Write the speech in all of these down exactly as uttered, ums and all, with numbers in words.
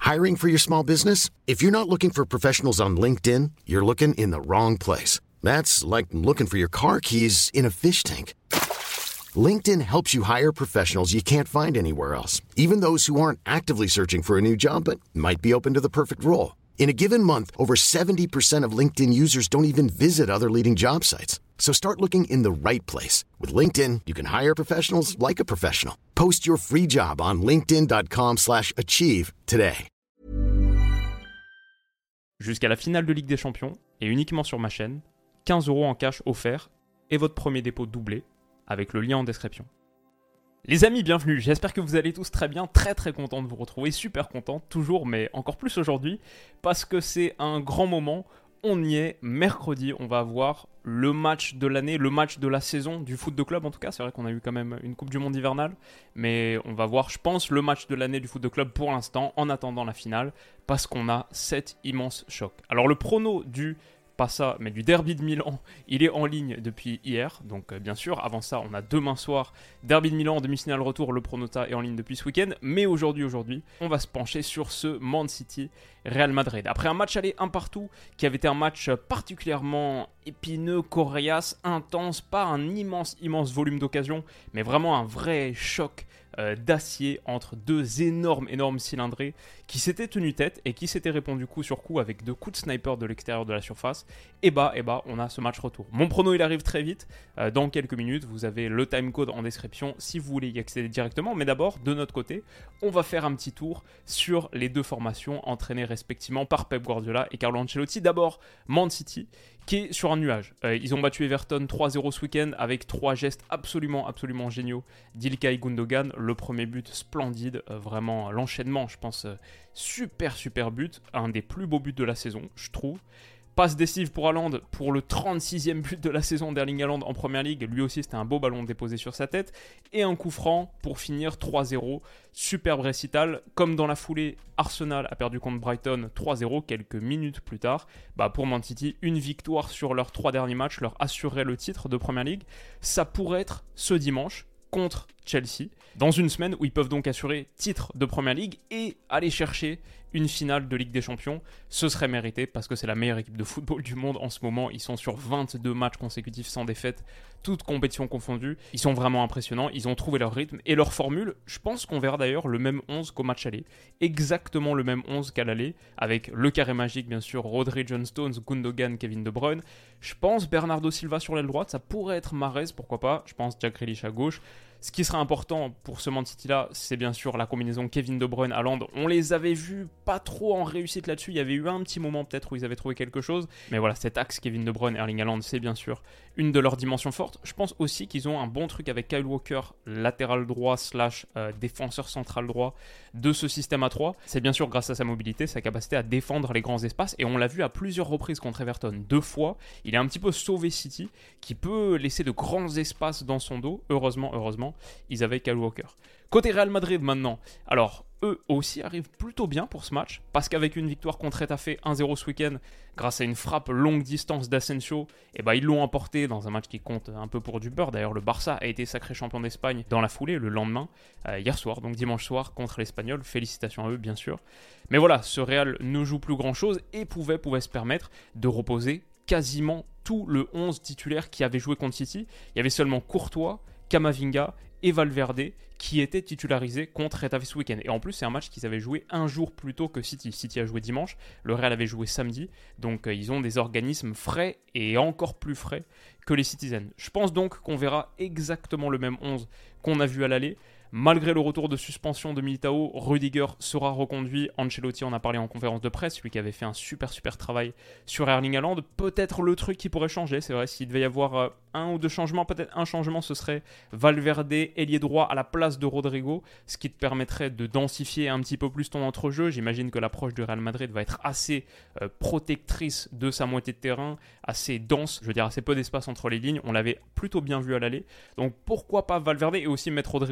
Hiring for your small business? If you're not looking for professionals on LinkedIn, you're looking in the wrong place. That's like looking for your car keys in a fish tank. LinkedIn helps you hire professionals you can't find anywhere else, even those who aren't actively searching for a new job but might be open to the perfect role. In a given month, over seventy percent of LinkedIn users don't even visit other leading job sites. So start looking in the right place. With LinkedIn, you can hire professionals like a professional. Post your free job on linkedin dot com slash achieve today. Jusqu'à la finale de Ligue des Champions, et uniquement sur ma chaîne, quinze euros en cash offerts et votre premier dépôt doublé, avec le lien en description. Les amis, bienvenue, j'espère que vous allez tous très bien, très très content de vous retrouver, super content, toujours, mais encore plus aujourd'hui, parce que c'est un grand moment, on y est, mercredi, on va avoir le match de l'année, le match de la saison du foot de club en tout cas, c'est vrai qu'on a eu quand même une Coupe du Monde hivernale, mais on va voir, je pense, le match de l'année du foot de club pour l'instant, en attendant la finale, parce qu'on a cet immense choc. Alors le prono du... pas ça, mais du derby de Milan, il est en ligne depuis hier, donc euh, bien sûr, avant ça, on a demain soir, derby de Milan, demi-finale retour, le Pronota est en ligne depuis ce week-end, mais aujourd'hui, aujourd'hui, on va se pencher sur ce Man City Real Madrid. Après un match aller un partout, qui avait été un match particulièrement épineux, coriace, intense, pas un immense, immense volume d'occasion, mais vraiment un vrai choc euh, d'acier entre deux énormes, énormes cylindrés qui s'étaient tenus tête et qui s'étaient répondu coup sur coup avec deux coups de sniper de l'extérieur de la surface. Et bah, et bah, on a ce match retour. Mon prono, il arrive très vite, euh, dans quelques minutes. Vous avez le timecode en description si vous voulez y accéder directement. Mais d'abord, de notre côté, on va faire un petit tour sur les deux formations entraînées respectivement par Pep Guardiola et Carlo Ancelotti. D'abord, Man City, qui est sur un nuage. Euh, ils ont battu Everton trois zéro ce week-end avec trois gestes absolument, absolument géniaux d'Ilkay Gundogan. Le premier but splendide, euh, vraiment l'enchaînement, je pense, euh, super, super but. Un des plus beaux buts de la saison, je trouve. Passe décisive pour Haaland pour le trente-sixième but de la saison d'Erling Haaland en Première Ligue. Lui aussi, c'était un beau ballon déposé sur sa tête. Et un coup franc pour finir trois zéro. Superbe récital. Comme dans la foulée, Arsenal a perdu contre Brighton trois zéro quelques minutes plus tard. Bah, pour Man City, une victoire sur leurs trois derniers matchs leur assurerait le titre de Première Ligue. Ça pourrait être ce dimanche contre Chelsea, dans une semaine où ils peuvent donc assurer titre de Première Ligue et aller chercher une finale de Ligue des Champions. Ce serait mérité parce que c'est la meilleure équipe de football du monde en ce moment. Ils sont sur vingt-deux matchs consécutifs sans défaite, toutes compétitions confondues. Ils sont vraiment impressionnants, ils ont trouvé leur rythme et leur formule. Je pense qu'on verra d'ailleurs le même onze qu'au match aller, exactement le même onze qu'à l'aller, avec le carré magique bien sûr, Rodri, John Stones, Gundogan, Kevin De Bruyne. Je pense Bernardo Silva sur l'aile droite, ça pourrait être Mahrez, pourquoi pas. Je pense Jack Grealish à gauche. Ce qui sera important pour ce Man City-là, c'est bien sûr la combinaison Kevin De Bruyne Haaland. On les avait vus pas trop en réussite là-dessus. Il y avait eu un petit moment peut-être où ils avaient trouvé quelque chose. Mais voilà, cet axe Kevin De Bruyne, Erling Haaland, c'est bien sûr une de leurs dimensions fortes. Je pense aussi qu'ils ont un bon truc avec Kyle Walker, latéral droit slash euh, défenseur central droit de ce système à trois. C'est bien sûr grâce à sa mobilité, sa capacité à défendre les grands espaces. Et on l'a vu à plusieurs reprises contre Everton. Deux fois, il a un petit peu sauvé City, qui peut laisser de grands espaces dans son dos. Heureusement, heureusement, ils avaient Kyle Walker. Côté Real Madrid maintenant, alors eux aussi arrivent plutôt bien pour ce match, parce qu'avec une victoire contre Retafe un zéro ce week-end, grâce à une frappe longue distance d'Asensio, eh ben ils l'ont emporté dans un match qui compte un peu pour du beurre. D'ailleurs, le Barça a été sacré champion d'Espagne dans la foulée le lendemain, euh, hier soir, donc dimanche soir contre l'Espagnol. Félicitations à eux, bien sûr. Mais voilà, ce Real ne joue plus grand-chose et pouvait, pouvait se permettre de reposer quasiment tout le onze titulaire qui avait joué contre City. Il y avait seulement Courtois, Camavinga et Valverde qui étaient titularisés contre Retafe ce week-end. Et en plus, c'est un match qu'ils avaient joué un jour plus tôt que City. City a joué dimanche, le Real avait joué samedi. Donc euh, ils ont des organismes frais et encore plus frais que les Citizens. Je pense donc qu'on verra exactement le même onze qu'on a vu à l'aller. Malgré le retour de suspension de Militao, Rudiger sera reconduit. Ancelotti en a parlé en conférence de presse, lui qui avait fait un super super travail sur Erling Haaland. Peut-être le truc qui pourrait changer, c'est vrai, s'il devait y avoir un ou deux changements, peut-être un changement, ce serait Valverde, ailier droit à la place de Rodrigo, ce qui te permettrait de densifier un petit peu plus ton entrejeu. J'imagine que l'approche du Real Madrid va être assez euh, protectrice de sa moitié de terrain, assez dense, je veux dire assez peu d'espace entre les lignes. On l'avait plutôt bien vu à l'aller. Donc pourquoi pas Valverde et aussi mettre Rodrigo sur le banc.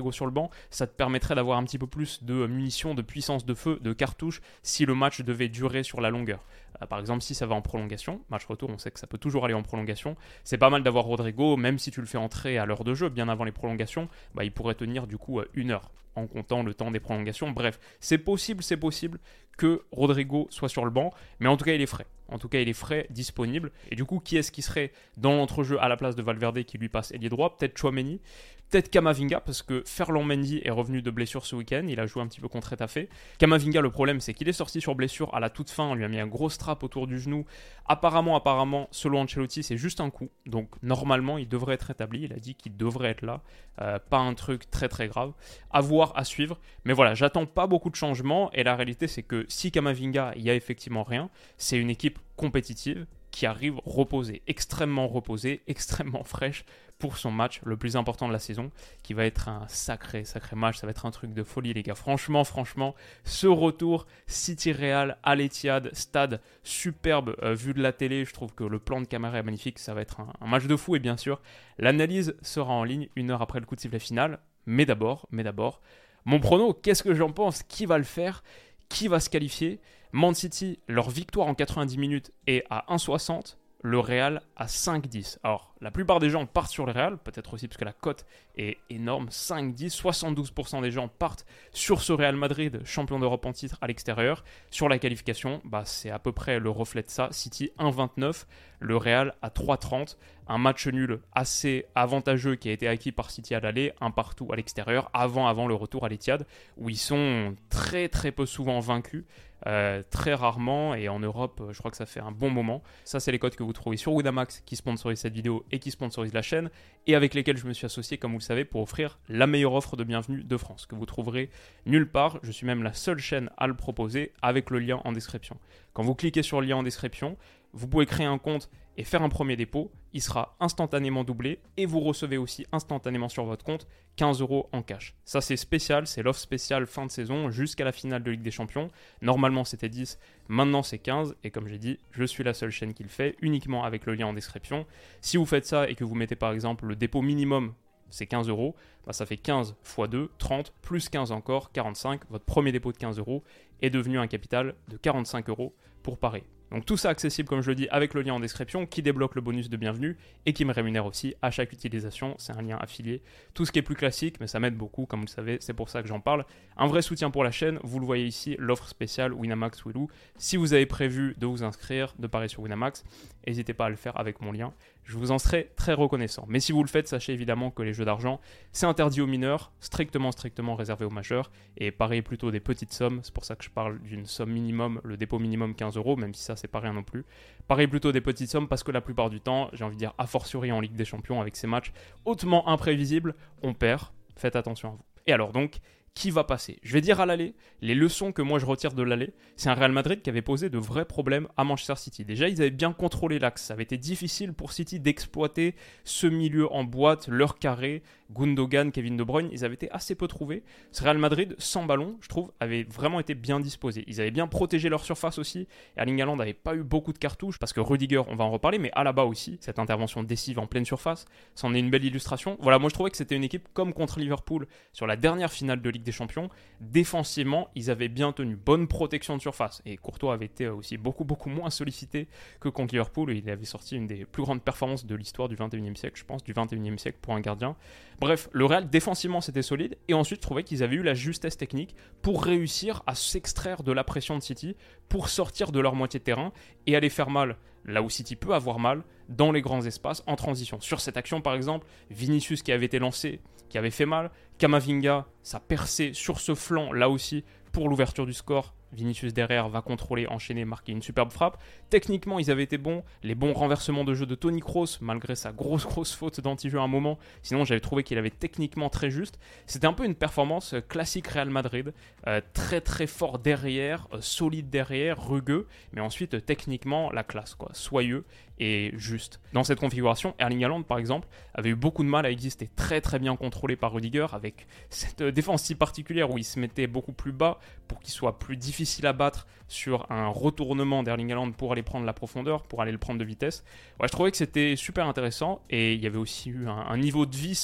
banc, ça te permettrait d'avoir un petit peu plus de munitions, de puissance de feu, de cartouches si le match devait durer sur la longueur. Euh, par exemple, si ça va en prolongation, match retour, on sait que ça peut toujours aller en prolongation, c'est pas mal d'avoir Rodrigo, même si tu le fais entrer à l'heure de jeu, bien avant les prolongations, bah, il pourrait tenir du coup une heure en comptant le temps des prolongations. Bref, c'est possible, c'est possible que Rodrigo soit sur le banc, mais en tout cas, il est frais. En tout cas, il est frais, disponible. Et du coup, qui est-ce qui serait dans l'entrejeu à la place de Valverde qui lui passe ailier droit? Peut-être Tchouaméni, peut-être Camavinga, parce que Ferland Mendy est revenu de blessure ce week-end. Il a joué un petit peu contre Retafe. Camavinga, le problème, c'est qu'il est sorti sur blessure à la toute fin. On lui a mis un gros strap autour du genou. Apparemment, apparemment, selon Ancelotti, c'est juste un coup. Donc, normalement, il devrait être rétabli. Il a dit qu'il devrait être là. Euh, pas un truc très, très grave. À voir, à suivre. Mais voilà, j'attends pas beaucoup de changements. Et la réalité, c'est que si Camavinga, il y a effectivement rien, c'est une équipe compétitive qui arrive reposée, extrêmement reposée, extrêmement fraîche pour son match le plus important de la saison, qui va être un sacré, sacré match. Ça va être un truc de folie, les gars. Franchement, franchement, ce retour City Real à l'Etihad, stade superbe euh, vu de la télé. Je trouve que le plan de caméra est magnifique. Ça va être un, un match de fou. Et bien sûr, l'analyse sera en ligne une heure après le coup de sifflet final. Mais d'abord, mais d'abord, mon prono, qu'est-ce que j'en pense? Qui va le faire? Qui va se qualifier? Man City, leur victoire en quatre-vingt-dix minutes est à un virgule soixante, le Real à cinq virgule dix. Alors, la plupart des gens partent sur le Real, peut-être aussi parce que la cote est énorme, cinq virgule dix, soixante-douze pour cent des gens partent sur ce Real Madrid, champion d'Europe en titre à l'extérieur. Sur la qualification, bah, c'est à peu près le reflet de ça. City un virgule vingt-neuf, le Real à trois virgule trente. Un match nul assez avantageux qui a été acquis par City à l'aller, un partout à l'extérieur, avant, avant le retour à l'Etihad, où ils sont très très peu souvent vaincus. Euh, très rarement, et en Europe je crois que ça fait un bon moment. Ça, c'est les codes que vous trouvez sur Winamax, qui sponsorise cette vidéo et qui sponsorise la chaîne, et avec lesquels je me suis associé, comme vous le savez, pour offrir la meilleure offre de bienvenue de France, que vous trouverez nulle part. Je suis même la seule chaîne à le proposer, avec le lien en description. Quand vous cliquez sur le lien en description, vous pouvez créer un compte et faire un premier dépôt. Il sera instantanément doublé et vous recevez aussi instantanément sur votre compte quinze euros en cash. Ça, c'est spécial, c'est l'offre spéciale fin de saison jusqu'à la finale de Ligue des Champions. Normalement, c'était dix, maintenant c'est quinze, et comme j'ai dit, je suis la seule chaîne qui le fait, uniquement avec le lien en description. Si vous faites ça et que vous mettez par exemple le dépôt minimum, c'est quinze euros, bah ça fait quinze fois deux, trente, plus quinze encore, quarante-cinq. Votre premier dépôt de quinze euros est devenu un capital de quarante-cinq euros pour parier. Donc tout ça accessible, comme je le dis, avec le lien en description qui débloque le bonus de bienvenue et qui me rémunère aussi à chaque utilisation. C'est un lien affilié. Tout ce qui est plus classique, mais ça m'aide beaucoup, comme vous le savez, c'est pour ça que j'en parle. Un vrai soutien pour la chaîne, vous le voyez ici, l'offre spéciale Winamax Willou. Si vous avez prévu de vous inscrire, de parier sur Winamax, n'hésitez pas à le faire avec mon lien. Je vous en serai très reconnaissant. Mais si vous le faites, sachez évidemment que les jeux d'argent, c'est interdit aux mineurs, strictement, strictement réservé aux majeurs. Et pariez plutôt des petites sommes. C'est pour ça que je parle d'une somme minimum, le dépôt minimum quinze euros, même si ça, c'est pas rien non plus. Pariez plutôt des petites sommes parce que la plupart du temps, j'ai envie de dire, a fortiori en Ligue des Champions, avec ces matchs hautement imprévisibles, on perd. Faites attention à vous. Et alors donc, qui va passer? Je vais dire à l'aller, les leçons que moi je retire de l'aller, c'est un Real Madrid qui avait posé de vrais problèmes à Manchester City. Déjà, ils avaient bien contrôlé l'axe, ça avait été difficile pour City d'exploiter ce milieu en boîte, leur carré, Gundogan, Kevin De Bruyne, ils avaient été assez peu trouvés. Ce Real Madrid, sans ballon, je trouve, avait vraiment été bien disposé. Ils avaient bien protégé leur surface aussi. Erling Haaland n'avait pas eu beaucoup de cartouches, parce que Rudiger, on va en reparler, mais Alaba aussi, cette intervention décisive en pleine surface, c'en est une belle illustration. Voilà, moi je trouvais que c'était une équipe comme contre Liverpool sur la dernière finale de Ligue des Champions. Défensivement, ils avaient bien tenu, bonne protection de surface. Et Courtois avait été aussi beaucoup, beaucoup moins sollicité que contre Liverpool. Il avait sorti une des plus grandes performances de l'histoire du vingt et unième siècle, je pense, du vingt et unième siècle pour un gardien. Bref, le Real, défensivement, c'était solide. Et ensuite, je trouvais qu'ils avaient eu la justesse technique pour réussir à s'extraire de la pression de City, pour sortir de leur moitié de terrain et aller faire mal là où City peut avoir mal, dans les grands espaces, en transition. Sur cette action, par exemple, Vinicius qui avait été lancé, qui avait fait mal, Camavinga, ça percé sur ce flanc, là aussi, pour l'ouverture du score. Vinicius derrière va contrôler, enchaîner, marquer une superbe frappe. Techniquement, ils avaient été bons. Les bons renversements de jeu de Toni Kroos, malgré sa grosse, grosse faute d'anti-jeu à un moment. Sinon, j'avais trouvé qu'il avait techniquement très juste. C'était un peu une performance classique Real Madrid. Euh, très, très fort derrière, euh, solide derrière, rugueux. Mais ensuite, euh, techniquement, la classe, quoi. Soyeux et juste. Dans cette configuration, Erling Haaland, par exemple, avait eu beaucoup de mal à exister. Très, très bien contrôlé par Rudiger, avec cette euh, défense si particulière où il se mettait beaucoup plus bas pour qu'il soit plus difficile difficile à battre sur un retournement d'Erling Haaland pour aller prendre la profondeur, pour aller le prendre de vitesse. Ouais, je trouvais que c'était super intéressant et il y avait aussi eu un, un niveau de vis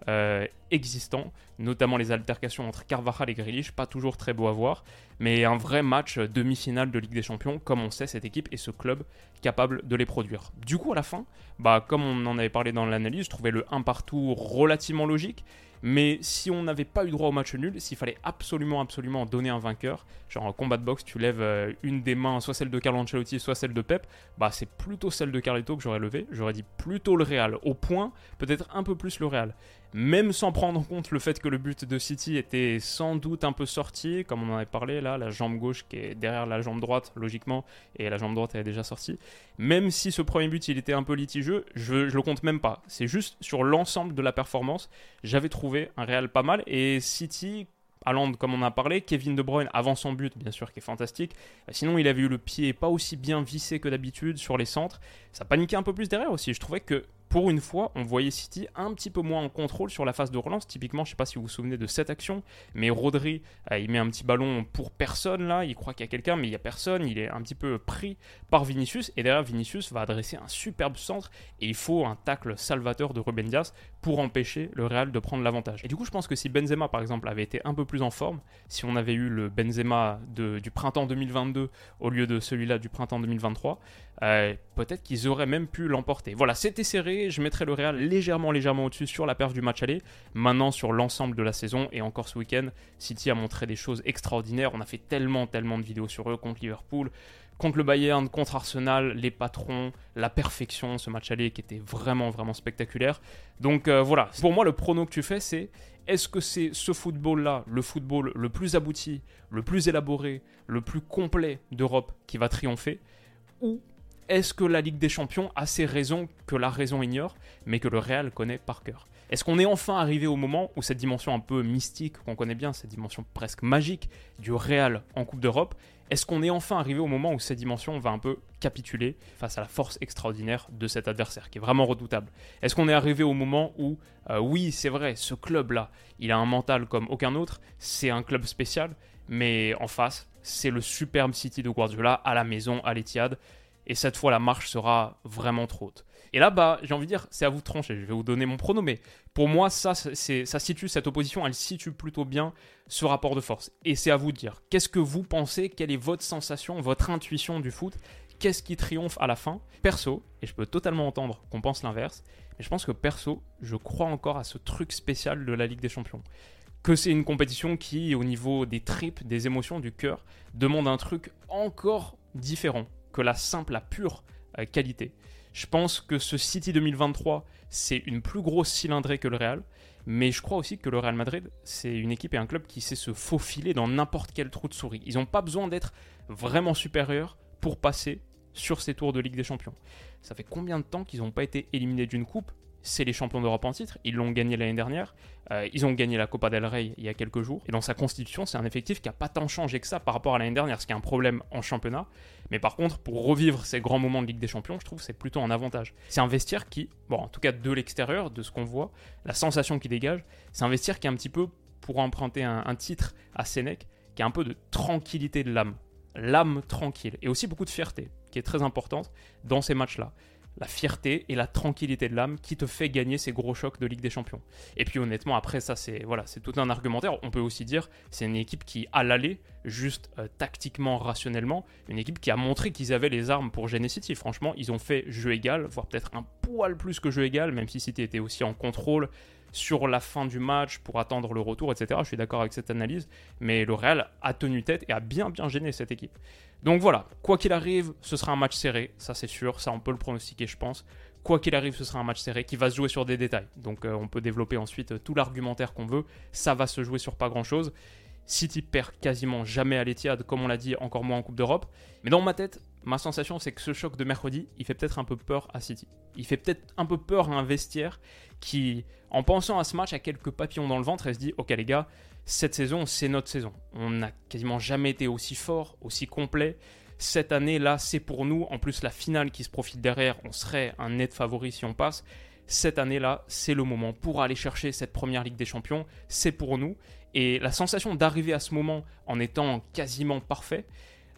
euh, existants, notamment les altercations entre Carvajal et Grealish, pas toujours très beau à voir, mais un vrai match demi-finale de Ligue des Champions, comme on sait cette équipe et ce club capable de les produire. Du coup, à la fin, bah, comme on en avait parlé dans l'analyse, je trouvais le un partout relativement logique, mais si on n'avait pas eu droit au match nul, s'il fallait absolument, absolument donner un vainqueur, genre en combat de boxe, tu lèves euh, une des mains, soit celle de Carlo Ancelotti, soit celle de Pep, bah c'est plutôt celle de Carlito que j'aurais levé, j'aurais dit plutôt le Real, au point, peut-être un peu plus le Real. Même sans prendre en compte le fait que le but de City était sans doute un peu sorti, comme on en avait parlé là, la jambe gauche qui est derrière la jambe droite, logiquement, et la jambe droite elle est déjà sortie. Même si ce premier but il était un peu litigieux, je, je le compte même pas. C'est juste sur l'ensemble de la performance, j'avais trouvé un Real pas mal, et City, Haaland, comme on a parlé, Kevin De Bruyne avant son but, bien sûr, qui est fantastique. Sinon, il avait eu le pied pas aussi bien vissé que d'habitude sur les centres. Ça paniquait un peu plus derrière aussi. Je trouvais que pour une fois, on voyait City un petit peu moins en contrôle sur la phase de relance. Typiquement, je ne sais pas si vous vous souvenez de cette action, mais Rodri, euh, il met un petit ballon pour personne là. Il croit qu'il y a quelqu'un, mais il n'y a personne. Il est un petit peu pris par Vinicius. Et derrière, Vinicius va adresser un superbe centre. Et il faut un tacle salvateur de Ruben Dias pour empêcher le Real de prendre l'avantage. Et du coup, je pense que si Benzema, par exemple, avait été un peu plus en forme, si on avait eu le Benzema de, du printemps deux mille vingt-deux au lieu de celui-là du printemps deux mille vingt-trois, euh, peut-être qu'ils auraient même pu l'emporter. Voilà, c'était serré. Je mettrais le Real légèrement, légèrement au-dessus sur la perf du match aller. Maintenant, sur l'ensemble de la saison et encore ce week-end, City a montré des choses extraordinaires. On a fait tellement, tellement de vidéos sur eux contre Liverpool, contre le Bayern, contre Arsenal, les patrons, la perfection, ce match aller qui était vraiment, vraiment spectaculaire. Donc euh, voilà, pour moi, le prono que tu fais, c'est est-ce que c'est ce football-là, le football le plus abouti, le plus élaboré, le plus complet d'Europe qui va triompher, ou est-ce que la Ligue des Champions a ces raisons que la raison ignore, mais que le Real connaît par cœur? Est-ce qu'on est enfin arrivé au moment où cette dimension un peu mystique, qu'on connaît bien, cette dimension presque magique du Real en Coupe d'Europe, est-ce qu'on est enfin arrivé au moment où cette dimension va un peu capituler face à la force extraordinaire de cet adversaire, qui est vraiment redoutable? Est-ce qu'on est arrivé au moment où, euh, oui, c'est vrai, ce club-là, il a un mental comme aucun autre, c'est un club spécial, mais en face, c'est le superbe City de Guardiola à la maison, à l'Etihad. Et cette fois, la marche sera vraiment trop haute. Et là, bah, j'ai envie de dire, c'est à vous de trancher. Je vais vous donner mon prono, mais pour moi, ça, c'est, ça situe cette opposition, elle situe plutôt bien ce rapport de force. Et c'est à vous de dire, qu'est-ce que vous pensez? Quelle est votre sensation, votre intuition du foot? Qu'est-ce qui triomphe à la fin? Perso, et je peux totalement entendre qu'on pense l'inverse, mais je pense que perso, je crois encore à ce truc spécial de la Ligue des Champions. Que c'est une compétition qui, au niveau des tripes, des émotions, du cœur, demande un truc encore différent que la simple, la pure euh, qualité. Je pense que ce City deux mille vingt-trois, c'est une plus grosse cylindrée que le Real, mais je crois aussi que le Real Madrid, c'est une équipe et un club qui sait se faufiler dans n'importe quel trou de souris. Ils n'ont pas besoin d'être vraiment supérieurs pour passer sur ces tours de Ligue des Champions. Ça fait combien de temps qu'ils n'ont pas été éliminés d'une coupe? C'est les champions d'Europe en titre, ils l'ont gagné l'année dernière, euh, ils ont gagné la Copa del Rey il y a quelques jours, et dans sa constitution, c'est un effectif qui n'a pas tant changé que ça par rapport à l'année dernière, ce qui est un problème en championnat, mais par contre, pour revivre ces grands moments de Ligue des Champions, je trouve que c'est plutôt un avantage. C'est un vestiaire qui, bon, en tout cas de l'extérieur, de ce qu'on voit, la sensation qu'il dégage, c'est un vestiaire qui est un petit peu, pour emprunter un, un titre à Sénèque, qui a un peu de tranquillité de l'âme, l'âme tranquille, et aussi beaucoup de fierté, qui est très importante dans ces matchs-là. La fierté et la tranquillité de l'âme qui te fait gagner ces gros chocs de Ligue des Champions. Et puis honnêtement, après ça, c'est voilà, c'est tout un argumentaire. On peut aussi dire c'est une équipe qui, à l'aller, juste euh, tactiquement, rationnellement, une équipe qui a montré qu'ils avaient les armes pour gêner City. Franchement, ils ont fait jeu égal, voire peut-être un poil plus que jeu égal, même si City était aussi en contrôle sur la fin du match pour attendre le retour, et cetera. Je suis d'accord avec cette analyse, mais le Real a tenu tête et a bien bien gêné cette équipe. Donc voilà, quoi qu'il arrive, ce sera un match serré, ça c'est sûr, ça on peut le pronostiquer je pense. Quoi qu'il arrive, ce sera un match serré qui va se jouer sur des détails. Donc euh, on peut développer ensuite euh, tout l'argumentaire qu'on veut, ça va se jouer sur pas grand-chose. City perd quasiment jamais à l'Etihad, comme on l'a dit, encore moins en Coupe d'Europe. Mais dans ma tête, ma sensation c'est que ce choc de mercredi, il fait peut-être un peu peur à City. Il fait peut-être un peu peur à un vestiaire qui, en pensant à ce match, a quelques papillons dans le ventre et se dit « Ok les gars, cette saison, c'est notre saison. On n'a quasiment jamais été aussi fort, aussi complet. Cette année-là, c'est pour nous. En plus, la finale qui se profile derrière, on serait un net favori si on passe. Cette année-là, c'est le moment pour aller chercher cette première Ligue des Champions. C'est pour nous. Et la sensation d'arriver à ce moment en étant quasiment parfait,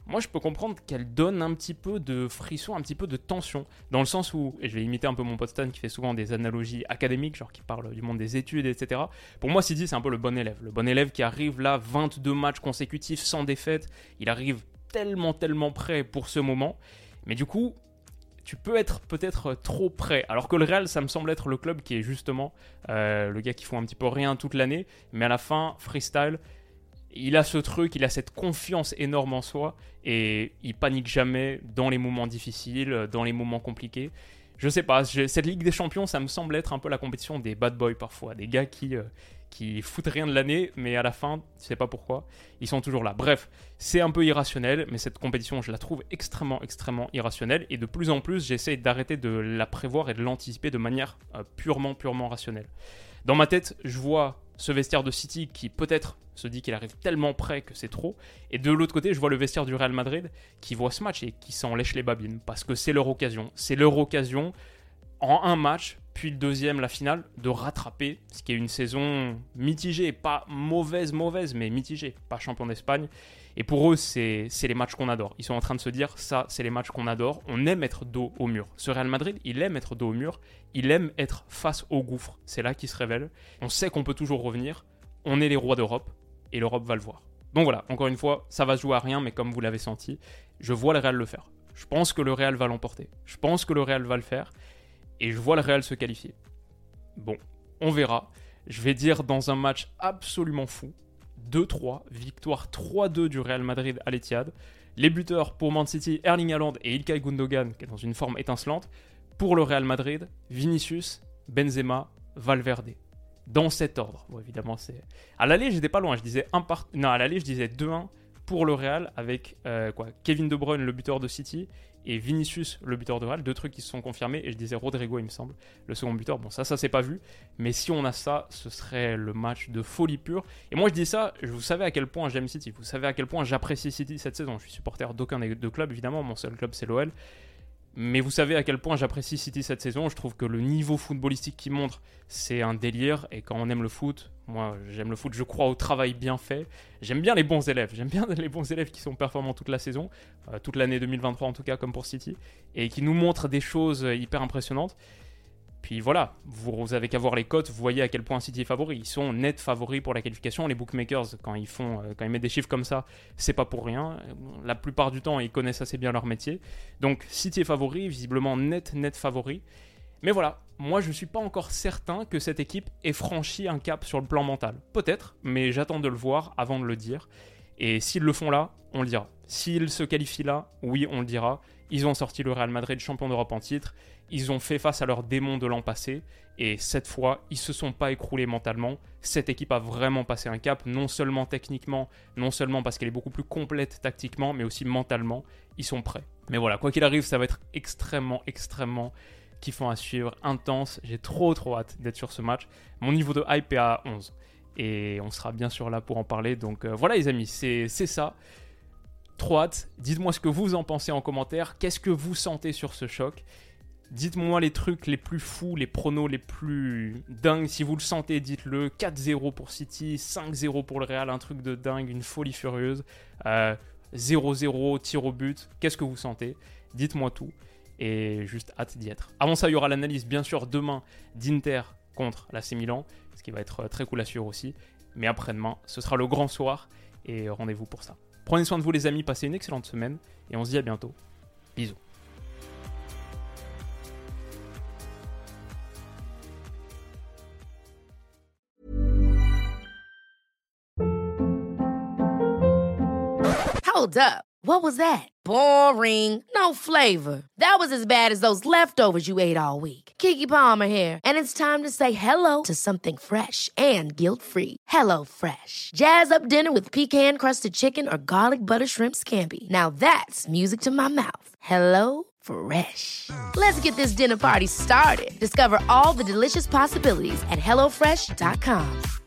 moi je peux comprendre qu'elle donne un petit peu de frisson, un petit peu de tension, dans le sens où, et je vais imiter un peu mon pote Stan qui fait souvent des analogies académiques, genre qui parle du monde des études, et cetera. Pour moi, City, c'est un peu le bon élève. Le bon élève qui arrive là, vingt-deux matchs consécutifs sans défaite, il arrive tellement, tellement prêt pour ce moment, mais du coup, tu peux être peut-être trop prêt. Alors que le Real, ça me semble être le club qui est justement euh, le gars qui font un petit peu rien toute l'année, mais à la fin, freestyle, il a ce truc, il a cette confiance énorme en soi et il panique jamais dans les moments difficiles, dans les moments compliqués. Je sais pas, je, cette Ligue des Champions, ça me semble être un peu la compétition des bad boys parfois, des gars qui, euh, qui foutent rien de l'année, mais à la fin, tu sais pas pourquoi, ils sont toujours là. Bref, c'est un peu irrationnel, mais cette compétition, je la trouve extrêmement, extrêmement irrationnelle et de plus en plus, j'essaie d'arrêter de la prévoir et de l'anticiper de manière euh, purement, purement rationnelle. Dans ma tête, je vois ce vestiaire de City qui peut-être se dit qu'il arrive tellement près que c'est trop. Et de l'autre côté, je vois le vestiaire du Real Madrid qui voit ce match et qui s'en lèche les babines parce que c'est leur occasion. C'est leur occasion en un match, puis le deuxième, la finale, de rattraper ce qui est une saison mitigée. Pas mauvaise, mauvaise, mais mitigée. Pas champion d'Espagne. Et pour eux, c'est, c'est les matchs qu'on adore. Ils sont en train de se dire, ça, c'est les matchs qu'on adore. On aime être dos au mur. Ce Real Madrid, il aime être dos au mur. Il aime être face au gouffre. C'est là qu'il se révèle. On sait qu'on peut toujours revenir. On est les rois d'Europe. Et l'Europe va le voir. Donc voilà, encore une fois, ça va se jouer à rien, mais comme vous l'avez senti, je vois le Real le faire. Je pense que le Real va l'emporter. Je pense que le Real va le faire. Et je vois le Real se qualifier. Bon, on verra. Je vais dire dans un match absolument fou, deux trois, victoire trois deux du Real Madrid à l'Etihad. Les buteurs pour Man City, Erling Haaland et Ilkay Gundogan, qui est dans une forme étincelante. Pour le Real Madrid, Vinicius, Benzema, Valverde. Dans cet ordre. Bon, évidemment, c'est... À l'aller, j'étais pas loin. Je disais un par... Non, à l'aller, je disais deux un pour le Real avec euh, quoi, Kevin De Bruyne, le buteur de City, et Vinicius, le buteur de Real. Deux trucs qui se sont confirmés. Et je disais Rodrigo, il me semble, le second buteur. Bon, ça, ça s'est pas vu. Mais si on a ça, ce serait le match de folie pure. Et moi, je dis ça, vous savez à quel point j'aime City. Vous savez à quel point j'apprécie City cette saison. Je suis supporter d'aucun des deux clubs, évidemment. Mon seul club, c'est l'O L. Mais vous savez à quel point j'apprécie City cette saison. Je trouve que le niveau footballistique qu'ils montrent, c'est un délire. Et quand on aime le foot, moi j'aime le foot, je crois au travail bien fait. J'aime bien les bons élèves. J'aime bien les bons élèves qui sont performants toute la saison, euh, toute l'année deux mille vingt-trois en tout cas, comme pour City, et qui nous montrent des choses hyper impressionnantes. Puis voilà, vous avez qu'à voir les cotes, vous voyez à quel point City est favori. Ils sont net favoris pour la qualification. Les bookmakers, quand ils, font, quand ils mettent des chiffres comme ça, c'est pas pour rien. La plupart du temps, ils connaissent assez bien leur métier. Donc City est favori, visiblement net, net favori. Mais voilà, moi je suis pas encore certain que cette équipe ait franchi un cap sur le plan mental. Peut-être, mais j'attends de le voir avant de le dire. Et s'ils le font là, on le dira. S'ils se qualifient là, oui, on le dira. Ils ont sorti le Real Madrid champion d'Europe en titre. Ils ont fait face à leurs démons de l'an passé. Et cette fois, ils ne se sont pas écroulés mentalement. Cette équipe a vraiment passé un cap, non seulement techniquement, non seulement parce qu'elle est beaucoup plus complète tactiquement, mais aussi mentalement. Ils sont prêts. Mais voilà, quoi qu'il arrive, ça va être extrêmement, extrêmement kiffant à suivre, intense. J'ai trop, trop hâte d'être sur ce match. Mon niveau de hype est à onze. Et on sera bien sûr là pour en parler. Donc euh, voilà les amis, c'est, c'est ça. Trop hâte. Dites-moi ce que vous en pensez en commentaire. Qu'est-ce que vous sentez sur ce choc ? Dites-moi les trucs les plus fous, les pronos les plus dingues. Si vous le sentez, dites-le. quatre zéro pour City, cinq zéro pour le Real, un truc de dingue, une folie furieuse. Euh, zéro zéro, tir au but. Qu'est-ce que vous sentez ? Dites-moi tout. Et juste hâte d'y être. Avant ça, il y aura l'analyse, bien sûr, demain d'Inter contre l'A C Milan, ce qui va être très cool à suivre aussi. Mais après-demain, ce sera le grand soir et rendez-vous pour ça. Prenez soin de vous les amis, passez une excellente semaine et on se dit à bientôt. Bisous. Hold up. What was that? Boring. No flavor. That was as bad as those leftovers you ate all week. Keke Palmer here, and it's time to say hello to something fresh and guilt-free. Hello Fresh. Jazz up dinner with pecan-crusted chicken or garlic butter shrimp scampi. Now that's music to my mouth. Hello Fresh. Let's get this dinner party started. Discover all the delicious possibilities at hello fresh dot com.